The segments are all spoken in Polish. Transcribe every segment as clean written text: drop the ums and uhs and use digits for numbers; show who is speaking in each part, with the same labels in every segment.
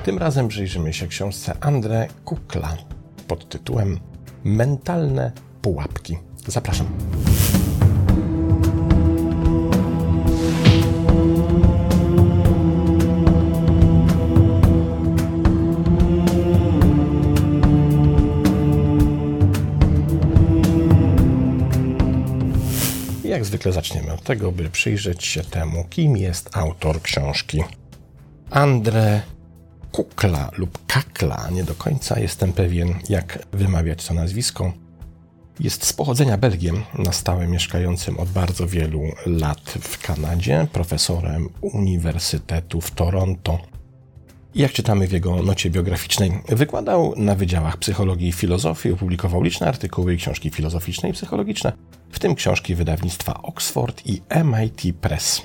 Speaker 1: Tym razem przyjrzymy się książce André Kukl'a pod tytułem Mentalne pułapki. Zapraszam. Jak zwykle zaczniemy od tego, by przyjrzeć się temu, kim jest autor książki. André Kukl'a lub Kakla, nie do końca jestem pewien, jak wymawiać to nazwisko. Jest z pochodzenia Belgiem, na stałe mieszkającym od bardzo wielu lat w Kanadzie, profesorem Uniwersytetu w Toronto. Jak czytamy w jego nocie biograficznej, wykładał na wydziałach psychologii i filozofii, opublikował liczne artykuły i książki filozoficzne i psychologiczne, w tym książki wydawnictwa Oxford i MIT Press.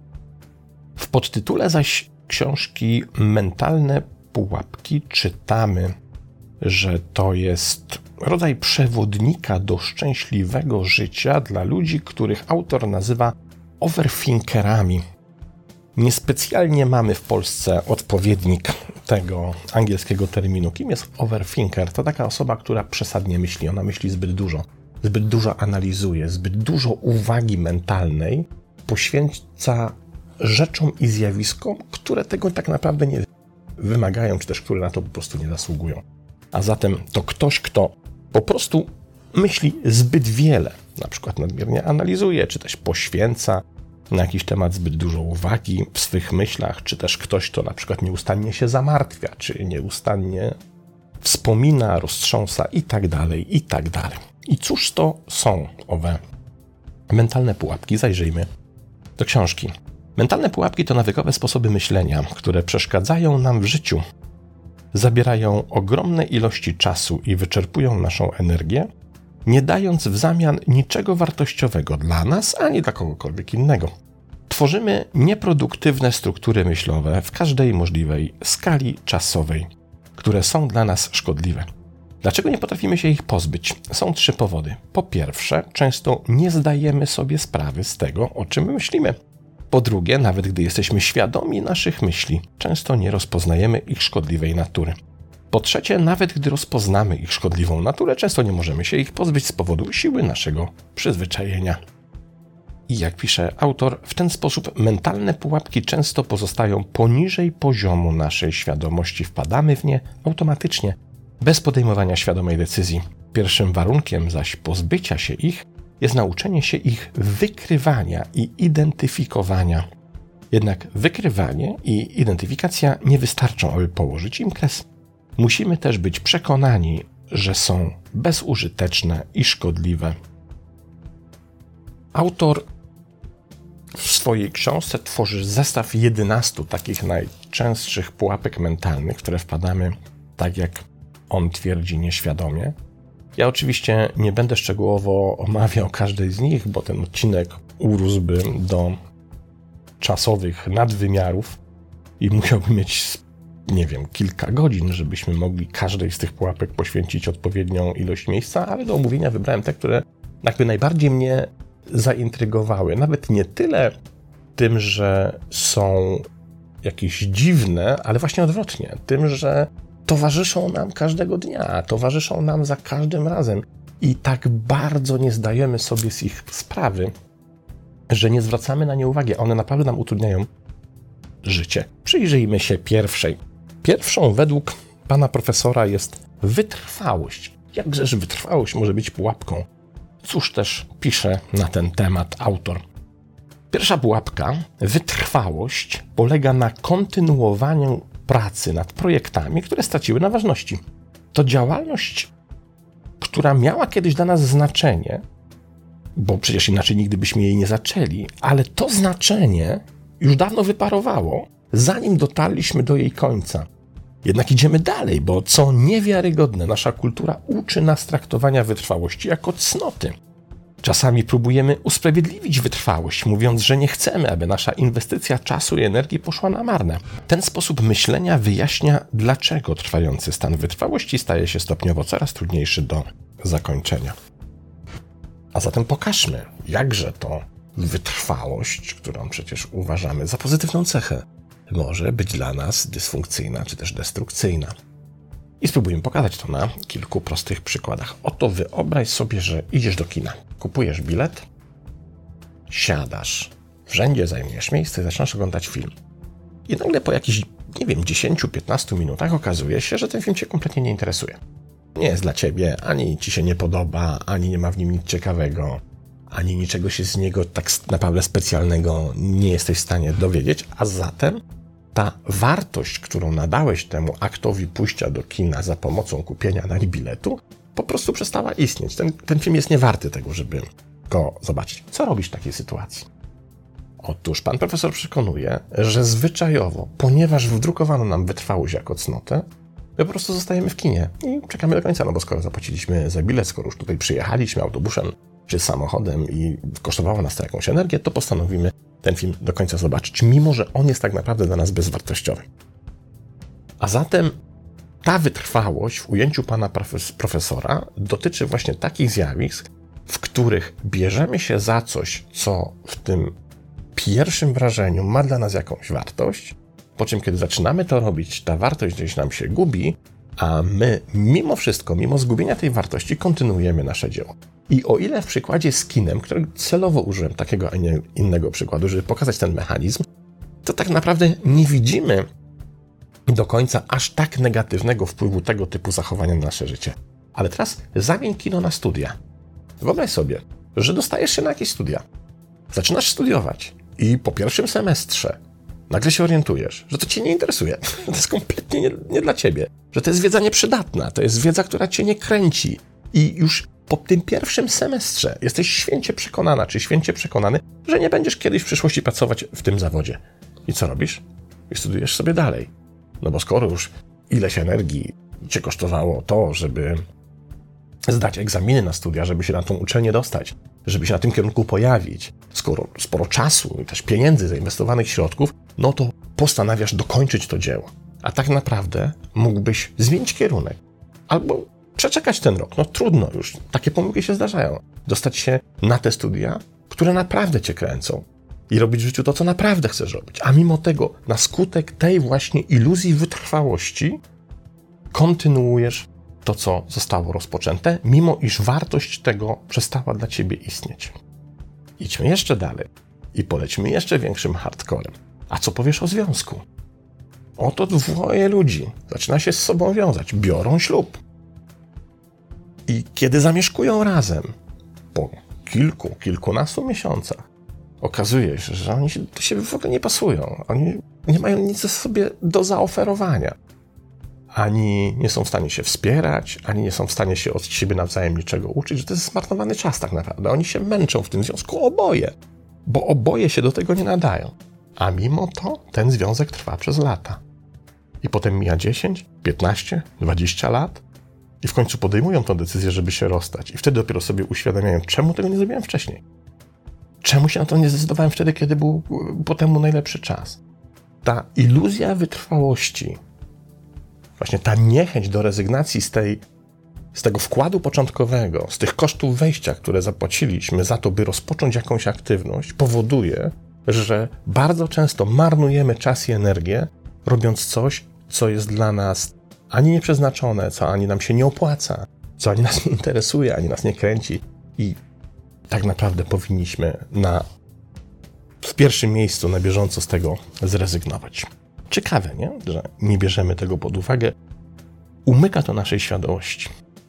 Speaker 1: W podtytule zaś książki Mentalne pułapki czytamy, że to jest rodzaj przewodnika do szczęśliwego życia dla ludzi, których autor nazywa overthinkerami. Niespecjalnie mamy w Polsce odpowiednik tego angielskiego terminu. Kim jest overthinker? To taka osoba, która przesadnie myśli. Ona myśli zbyt dużo analizuje, zbyt dużo uwagi mentalnej poświęca rzeczom i zjawiskom, które tego tak naprawdę nie wymagają, czy też które na to po prostu nie zasługują. A zatem to ktoś, kto po prostu myśli zbyt wiele, na przykład nadmiernie analizuje, czy też poświęca na jakiś temat zbyt dużo uwagi w swych myślach, czy też ktoś, kto na przykład nieustannie się zamartwia, czy nieustannie wspomina, roztrząsa i tak dalej, i tak dalej. I cóż to są owe mentalne pułapki? Zajrzyjmy do książki. Mentalne pułapki to nawykowe sposoby myślenia, które przeszkadzają nam w życiu, zabierają ogromne ilości czasu i wyczerpują naszą energię, nie dając w zamian niczego wartościowego dla nas, ani dla kogokolwiek innego. Tworzymy nieproduktywne struktury myślowe w każdej możliwej skali czasowej, które są dla nas szkodliwe. Dlaczego nie potrafimy się ich pozbyć? Są 3 powody. Po pierwsze, często nie zdajemy sobie sprawy z tego, o czym myślimy. Po drugie, nawet gdy jesteśmy świadomi naszych myśli, często nie rozpoznajemy ich szkodliwej natury. Po trzecie, nawet gdy rozpoznamy ich szkodliwą naturę, często nie możemy się ich pozbyć z powodu siły naszego przyzwyczajenia. I jak pisze autor, w ten sposób mentalne pułapki często pozostają poniżej poziomu naszej świadomości. Wpadamy w nie automatycznie, bez podejmowania świadomej decyzji. Pierwszym warunkiem zaś pozbycia się ich jest nauczenie się ich wykrywania i identyfikowania. Jednak wykrywanie i identyfikacja nie wystarczą, aby położyć im kres. Musimy też być przekonani, że są bezużyteczne i szkodliwe. Autor w swojej książce tworzy zestaw 11 takich najczęstszych pułapek mentalnych, w które wpadamy, tak jak on twierdzi, nieświadomie. Ja oczywiście nie będę szczegółowo omawiał każdej z nich, bo ten odcinek urósłby do czasowych nadwymiarów i musiałby mieć, kilka godzin, żebyśmy mogli każdej z tych pułapek poświęcić odpowiednią ilość miejsca, ale do omówienia wybrałem te, które jakby najbardziej mnie zaintrygowały. Nawet nie tyle tym, że są jakieś dziwne, ale właśnie odwrotnie. Tym, że towarzyszą nam każdego dnia, towarzyszą nam za każdym razem i tak bardzo nie zdajemy sobie z ich sprawy, że nie zwracamy na nie uwagi. One naprawdę nam utrudniają życie. Przyjrzyjmy się pierwszej. Pierwszą według pana profesora jest wytrwałość. Jakżeż wytrwałość może być pułapką? Cóż też pisze na ten temat autor? Pierwsza pułapka, wytrwałość, polega na kontynuowaniu pracy nad projektami, które straciły na ważności. To działalność, która miała kiedyś dla nas znaczenie, bo przecież inaczej nigdy byśmy jej nie zaczęli, ale to znaczenie już dawno wyparowało, zanim dotarliśmy do jej końca. Jednak idziemy dalej, bo co niewiarygodne, nasza kultura uczy nas traktowania wytrwałości jako cnoty. Czasami próbujemy usprawiedliwić wytrwałość, mówiąc, że nie chcemy, aby nasza inwestycja czasu i energii poszła na marne. Ten sposób myślenia wyjaśnia, dlaczego trwający stan wytrwałości staje się stopniowo coraz trudniejszy do zakończenia. A zatem pokażmy, jakże to wytrwałość, którą przecież uważamy za pozytywną cechę, może być dla nas dysfunkcyjna czy też destrukcyjna. I spróbujmy pokazać to na kilku prostych przykładach. Oto wyobraź sobie, że idziesz do kina, kupujesz bilet, siadasz w rzędzie, zajmujesz miejsce i zaczynasz oglądać film. I nagle po jakichś, 10-15 minutach okazuje się, że ten film cię kompletnie nie interesuje. Nie jest dla ciebie, ani ci się nie podoba, ani nie ma w nim nic ciekawego, ani niczego się z niego tak naprawdę specjalnego nie jesteś w stanie dowiedzieć, a zatem ta wartość, którą nadałeś temu aktowi pójścia do kina za pomocą kupienia nań biletu, po prostu przestała istnieć. Ten film jest niewarty tego, żeby go zobaczyć. Co robisz w takiej sytuacji? Otóż pan profesor przekonuje, że zwyczajowo, ponieważ wdrukowano nam wytrwałość jako cnotę, my po prostu zostajemy w kinie i czekamy do końca, no bo skoro zapłaciliśmy za bilet, skoro już tutaj przyjechaliśmy autobusem czy samochodem i kosztowało nas to jakąś energię, to postanowimy ten film do końca zobaczyć, mimo że on jest tak naprawdę dla nas bezwartościowy. A zatem ta wytrwałość w ujęciu pana profesora dotyczy właśnie takich zjawisk, w których bierzemy się za coś, co w tym pierwszym wrażeniu ma dla nas jakąś wartość, po czym kiedy zaczynamy to robić, ta wartość gdzieś nam się gubi, a my mimo wszystko, mimo zgubienia tej wartości, kontynuujemy nasze dzieło. I o ile w przykładzie z kinem, którego celowo użyłem takiego, a nie innego przykładu, żeby pokazać ten mechanizm, to tak naprawdę nie widzimy do końca aż tak negatywnego wpływu tego typu zachowania na nasze życie. Ale teraz zamień kino na studia. Wyobraź sobie, że dostajesz się na jakieś studia. Zaczynasz studiować i po pierwszym semestrze nagle się orientujesz, że to cię nie interesuje. To jest kompletnie nie dla ciebie. Że to jest wiedza nieprzydatna, to jest wiedza, która cię nie kręci. I już po tym pierwszym semestrze jesteś święcie przekonana, czy święcie przekonany, że nie będziesz kiedyś w przyszłości pracować w tym zawodzie. I co robisz? I studujesz sobie dalej. No bo skoro już ileś energii cię kosztowało to, żeby zdać egzaminy na studia, żeby się na tą uczelnię dostać, żeby się na tym kierunku pojawić, skoro sporo czasu i też pieniędzy, zainwestowanych środków, no to postanawiasz dokończyć to dzieło. A tak naprawdę mógłbyś zmienić kierunek. Albo przeczekać ten rok. No trudno już. Takie pomyłki się zdarzają. Dostać się na te studia, które naprawdę cię kręcą i robić w życiu to, co naprawdę chcesz robić. A mimo tego, na skutek tej właśnie iluzji wytrwałości, kontynuujesz to, co zostało rozpoczęte, mimo iż wartość tego przestała dla ciebie istnieć. Idźmy jeszcze dalej i polećmy jeszcze większym hardcorem. A co powiesz o związku? Oto dwoje ludzi zaczyna się z sobą wiązać, biorą ślub. I kiedy zamieszkują razem, po kilkunastu miesiącach, okazuje się, że oni do siebie w ogóle nie pasują. Oni nie mają nic sobie do zaoferowania. Ani nie są w stanie się wspierać, ani nie są w stanie się od siebie nawzajem niczego uczyć, że to jest zmarnowany czas tak naprawdę. Oni się męczą w tym związku oboje, bo oboje się do tego nie nadają. A mimo to ten związek trwa przez lata. I potem mija 10, 15, 20 lat i w końcu podejmują tę decyzję, żeby się rozstać. I wtedy dopiero sobie uświadamiają, czemu tego nie zrobiłem wcześniej. Czemu się na to nie zdecydowałem wtedy, kiedy był po temu najlepszy czas. Ta iluzja wytrwałości, właśnie ta niechęć do rezygnacji z tego wkładu początkowego, z tych kosztów wejścia, które zapłaciliśmy za to, by rozpocząć jakąś aktywność, powoduje, że bardzo często marnujemy czas i energię, robiąc coś, co jest dla nas ani nieprzeznaczone, co ani nam się nie opłaca, co ani nas nie interesuje, ani nas nie kręci. I tak naprawdę powinniśmy w pierwszym miejscu na bieżąco z tego zrezygnować. Ciekawe, nie? Że nie bierzemy tego pod uwagę. Umyka to naszej świadomości.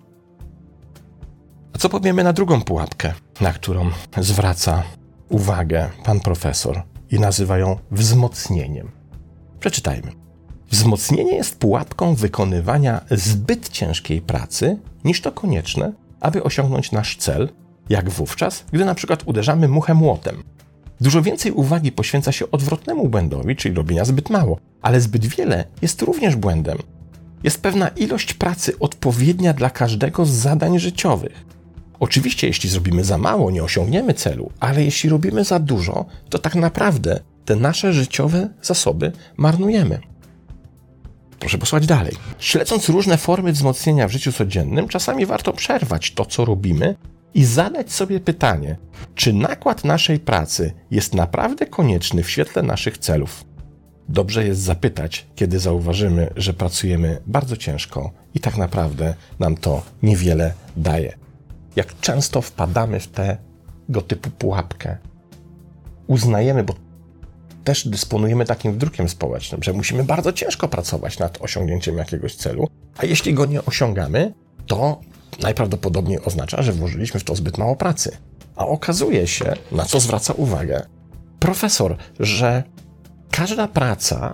Speaker 1: A co powiemy na drugą pułapkę, na którą zwraca uwagę pan profesor i nazywa ją wzmocnieniem? Przeczytajmy. Wzmocnienie jest pułapką wykonywania zbyt ciężkiej pracy, niż to konieczne, aby osiągnąć nasz cel, jak wówczas, gdy na przykład uderzamy muchę młotem. Dużo więcej uwagi poświęca się odwrotnemu błędowi, czyli robienia zbyt mało, ale zbyt wiele jest również błędem. Jest pewna ilość pracy odpowiednia dla każdego z zadań życiowych. Oczywiście, jeśli zrobimy za mało, nie osiągniemy celu, ale jeśli robimy za dużo, to tak naprawdę te nasze życiowe zasoby marnujemy. Proszę posłuchać dalej. Śledząc różne formy wzmocnienia w życiu codziennym, czasami warto przerwać to, co robimy i zadać sobie pytanie, czy nakład naszej pracy jest naprawdę konieczny w świetle naszych celów. dobrze jest zapytać, kiedy zauważymy, że pracujemy bardzo ciężko i tak naprawdę nam to niewiele daje. Jak często wpadamy w tego typu pułapkę. Uznajemy, bo też dysponujemy takim wdrukiem społecznym, że musimy bardzo ciężko pracować nad osiągnięciem jakiegoś celu, a jeśli go nie osiągamy, to najprawdopodobniej oznacza, że włożyliśmy w to zbyt mało pracy. A okazuje się, na co zwraca uwagę profesor, że każda praca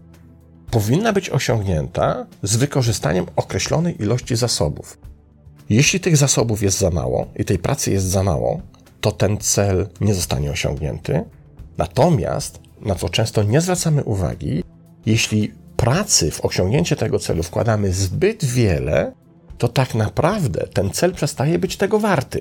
Speaker 1: powinna być osiągnięta z wykorzystaniem określonej ilości zasobów. Jeśli tych zasobów jest za mało i tej pracy jest za mało, to ten cel nie zostanie osiągnięty. Natomiast, na co często nie zwracamy uwagi, jeśli pracy w osiągnięcie tego celu wkładamy zbyt wiele, to tak naprawdę ten cel przestaje być tego warty.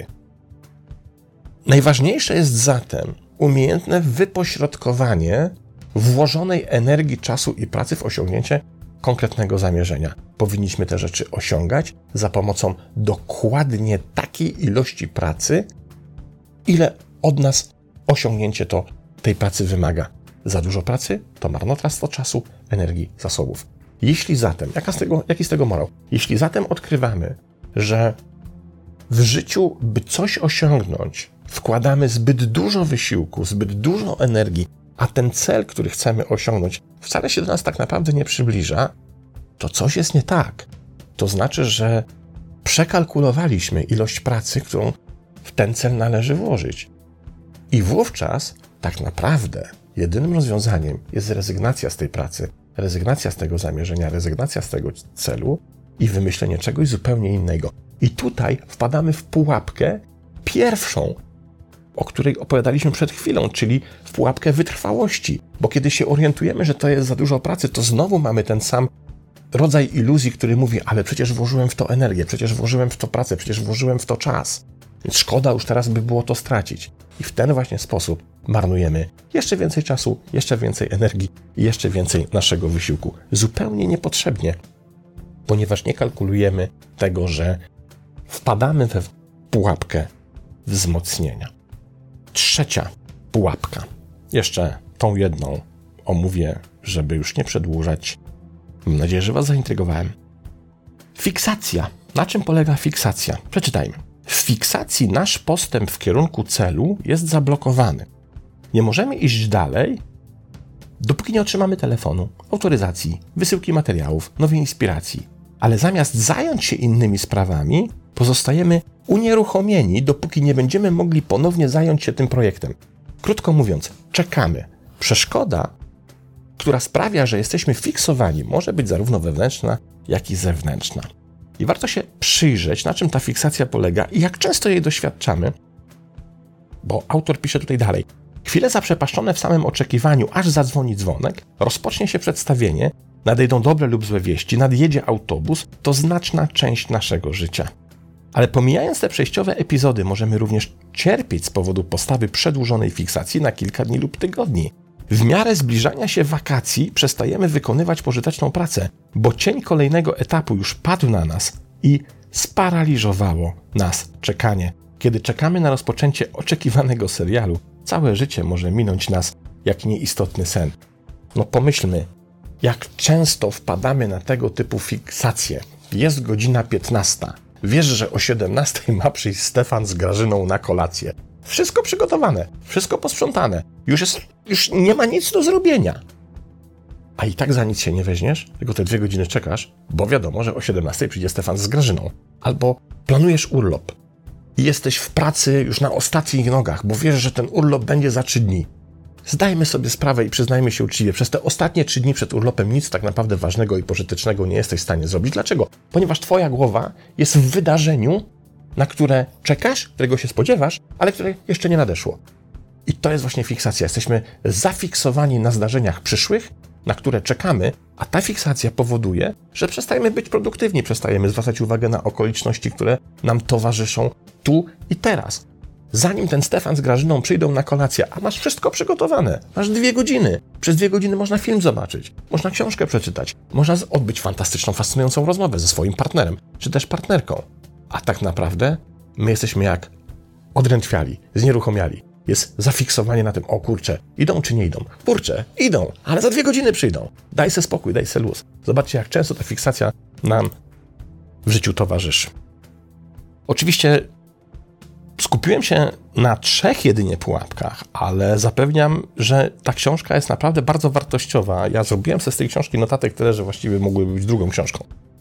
Speaker 1: Najważniejsze jest zatem umiejętne wypośrodkowanie włożonej energii, czasu i pracy w osiągnięcie konkretnego zamierzenia. Powinniśmy te rzeczy osiągać za pomocą dokładnie takiej ilości pracy, ile od nas osiągnięcie tej pracy wymaga. Za dużo pracy to marnotrawstwo czasu, energii, zasobów. Jeśli zatem, jaki z tego morał? Jeśli zatem odkrywamy, że w życiu, by coś osiągnąć, wkładamy zbyt dużo wysiłku, zbyt dużo energii, a ten cel, który chcemy osiągnąć, wcale się do nas tak naprawdę nie przybliża, to coś jest nie tak. To znaczy, że przekalkulowaliśmy ilość pracy, którą w ten cel należy włożyć. I wówczas tak naprawdę jedynym rozwiązaniem jest rezygnacja z tej pracy, rezygnacja z tego zamierzenia, rezygnacja z tego celu i wymyślenie czegoś zupełnie innego. I tutaj wpadamy w pułapkę pierwszą, o której opowiadaliśmy przed chwilą, czyli w pułapkę wytrwałości. Bo kiedy się orientujemy, że to jest za dużo pracy, to znowu mamy ten sam rodzaj iluzji, który mówi, ale przecież włożyłem w to energię, przecież włożyłem w to pracę, przecież włożyłem w to czas. Więc szkoda już teraz by było to stracić. I w ten właśnie sposób marnujemy jeszcze więcej czasu, jeszcze więcej energii i jeszcze więcej naszego wysiłku. Zupełnie niepotrzebnie, ponieważ nie kalkulujemy tego, że wpadamy w pułapkę wzmocnienia. Trzecia pułapka. Jeszcze tą jedną omówię, żeby już nie przedłużać. Mam nadzieję, że Was zaintrygowałem. Fiksacja. Na czym polega fiksacja? Przeczytajmy. W fiksacji nasz postęp w kierunku celu jest zablokowany. Nie możemy iść dalej, dopóki nie otrzymamy telefonu, autoryzacji, wysyłki materiałów, nowej inspiracji. Ale zamiast zająć się innymi sprawami, pozostajemy unieruchomieni, dopóki nie będziemy mogli ponownie zająć się tym projektem. Krótko mówiąc, czekamy. Przeszkoda, która sprawia, że jesteśmy fiksowani, może być zarówno wewnętrzna, jak i zewnętrzna. I warto się przyjrzeć, na czym ta fiksacja polega i jak często jej doświadczamy, bo autor pisze tutaj dalej. Chwile zaprzepaszczone w samym oczekiwaniu, aż zadzwoni dzwonek, rozpocznie się przedstawienie, nadejdą dobre lub złe wieści, nadjedzie autobus, to znaczna część naszego życia. Ale pomijając te przejściowe epizody, możemy również cierpieć z powodu postawy przedłużonej fiksacji na kilka dni lub tygodni. W miarę zbliżania się wakacji przestajemy wykonywać pożyteczną pracę, bo cień kolejnego etapu już padł na nas i sparaliżowało nas czekanie. Kiedy czekamy na rozpoczęcie oczekiwanego serialu, całe życie może minąć nas jak nieistotny sen. No pomyślmy, jak często wpadamy na tego typu fiksacje. Jest godzina 15. Wiesz, że o 17 ma przyjść Stefan z Grażyną na kolację. Wszystko przygotowane, wszystko posprzątane. Już nie ma nic do zrobienia. A i tak za nic się nie weźmiesz, tylko te 2 godziny czekasz, bo wiadomo, że o 17 przyjdzie Stefan z Grażyną. Albo planujesz urlop i jesteś w pracy już na ostatnich nogach, bo wiesz, że ten urlop będzie za 3 dni. Zdajmy sobie sprawę i przyznajmy się uczciwie, przez te ostatnie 3 dni przed urlopem nic tak naprawdę ważnego i pożytecznego nie jesteś w stanie zrobić. Dlaczego? Ponieważ twoja głowa jest w wydarzeniu, na które czekasz, którego się spodziewasz, ale które jeszcze nie nadeszło. I to jest właśnie fiksacja. Jesteśmy zafiksowani na zdarzeniach przyszłych, na które czekamy, a ta fiksacja powoduje, że przestajemy być produktywni, przestajemy zwracać uwagę na okoliczności, które nam towarzyszą tu i teraz. Zanim ten Stefan z Grażyną przyjdą na kolację, a masz wszystko przygotowane, masz 2 godziny. Przez 2 godziny można film zobaczyć, można książkę przeczytać, można odbyć fantastyczną, fascynującą rozmowę ze swoim partnerem, czy też partnerką. A tak naprawdę my jesteśmy jak odrętwiali, znieruchomiali. jest zafiksowanie na tym, o kurczę, idą czy nie idą? Kurczę, idą, ale za 2 godziny przyjdą. Daj se spokój, daj se luz. Zobaczcie, jak często ta fiksacja nam w życiu towarzyszy. Oczywiście skupiłem się na 3 jedynie pułapkach, ale zapewniam, że ta książka jest naprawdę bardzo wartościowa. Ja zrobiłem sobie z tej książki notatek tyle, że właściwie mogłyby być drugą książką.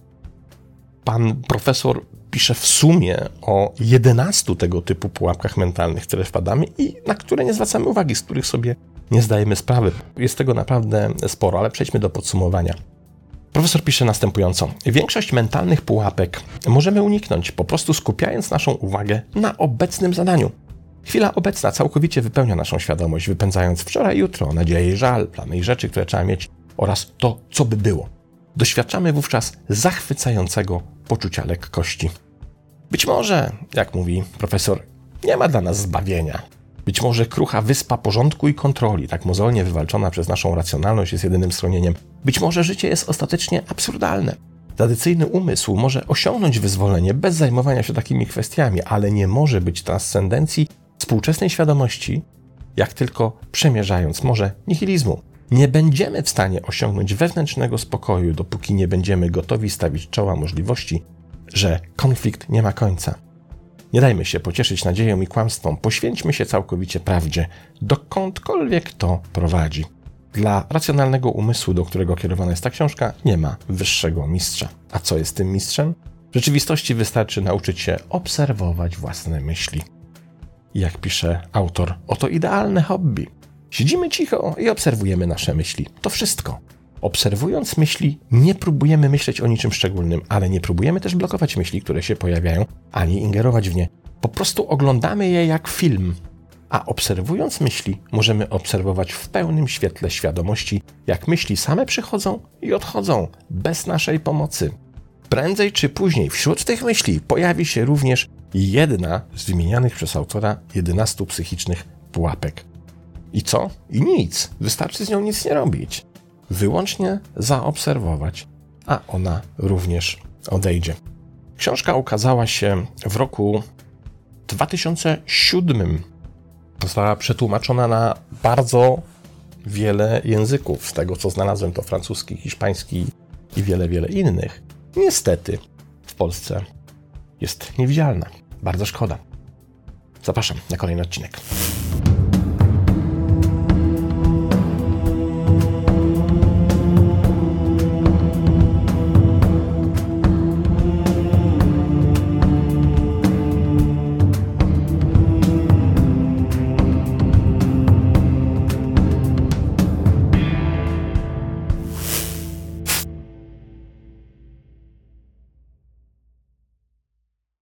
Speaker 1: Pan profesor pisze w sumie o 11 tego typu pułapkach mentalnych, w które wpadamy i na które nie zwracamy uwagi, z których sobie nie zdajemy sprawy. Jest tego naprawdę sporo, ale przejdźmy do podsumowania. Profesor pisze następująco. Większość mentalnych pułapek możemy uniknąć, po prostu skupiając naszą uwagę na obecnym zadaniu. Chwila obecna całkowicie wypełnia naszą świadomość, wypędzając wczoraj, jutro, nadzieję i żal, plany i rzeczy, które trzeba mieć oraz to, co by było. Doświadczamy wówczas zachwycającego poczucia lekkości. Być może, jak mówi profesor, nie ma dla nas zbawienia. Być może krucha wyspa porządku i kontroli, tak mozolnie wywalczona przez naszą racjonalność, jest jedynym schronieniem. Być może życie jest ostatecznie absurdalne. Tradycyjny umysł może osiągnąć wyzwolenie bez zajmowania się takimi kwestiami, ale nie może być transcendencji współczesnej świadomości, jak tylko przemierzając morze nihilizmu. Nie będziemy w stanie osiągnąć wewnętrznego spokoju, dopóki nie będziemy gotowi stawić czoła możliwości, że konflikt nie ma końca. Nie dajmy się pocieszyć nadzieją i kłamstwom, poświęćmy się całkowicie prawdzie, dokądkolwiek to prowadzi. Dla racjonalnego umysłu, do którego kierowana jest ta książka, nie ma wyższego mistrza. A co jest tym mistrzem? W rzeczywistości wystarczy nauczyć się obserwować własne myśli. I jak pisze autor, oto idealne hobby. Siedzimy cicho i obserwujemy nasze myśli. To wszystko. Obserwując myśli, nie próbujemy myśleć o niczym szczególnym, ale nie próbujemy też blokować myśli, które się pojawiają, ani ingerować w nie. Po prostu oglądamy je jak film. A obserwując myśli, możemy obserwować w pełnym świetle świadomości, jak myśli same przychodzą i odchodzą, bez naszej pomocy. Prędzej czy później wśród tych myśli pojawi się również jedna z wymienianych przez autora 11 psychicznych pułapek. I co? I nic. Wystarczy z nią nic nie robić. Wyłącznie zaobserwować, a ona również odejdzie. Książka ukazała się w roku 2007. Została przetłumaczona na bardzo wiele języków. Z tego, co znalazłem, to francuski, hiszpański i wiele, wiele innych. Niestety w Polsce jest niewidzialna. Bardzo szkoda. Zapraszam na kolejny odcinek.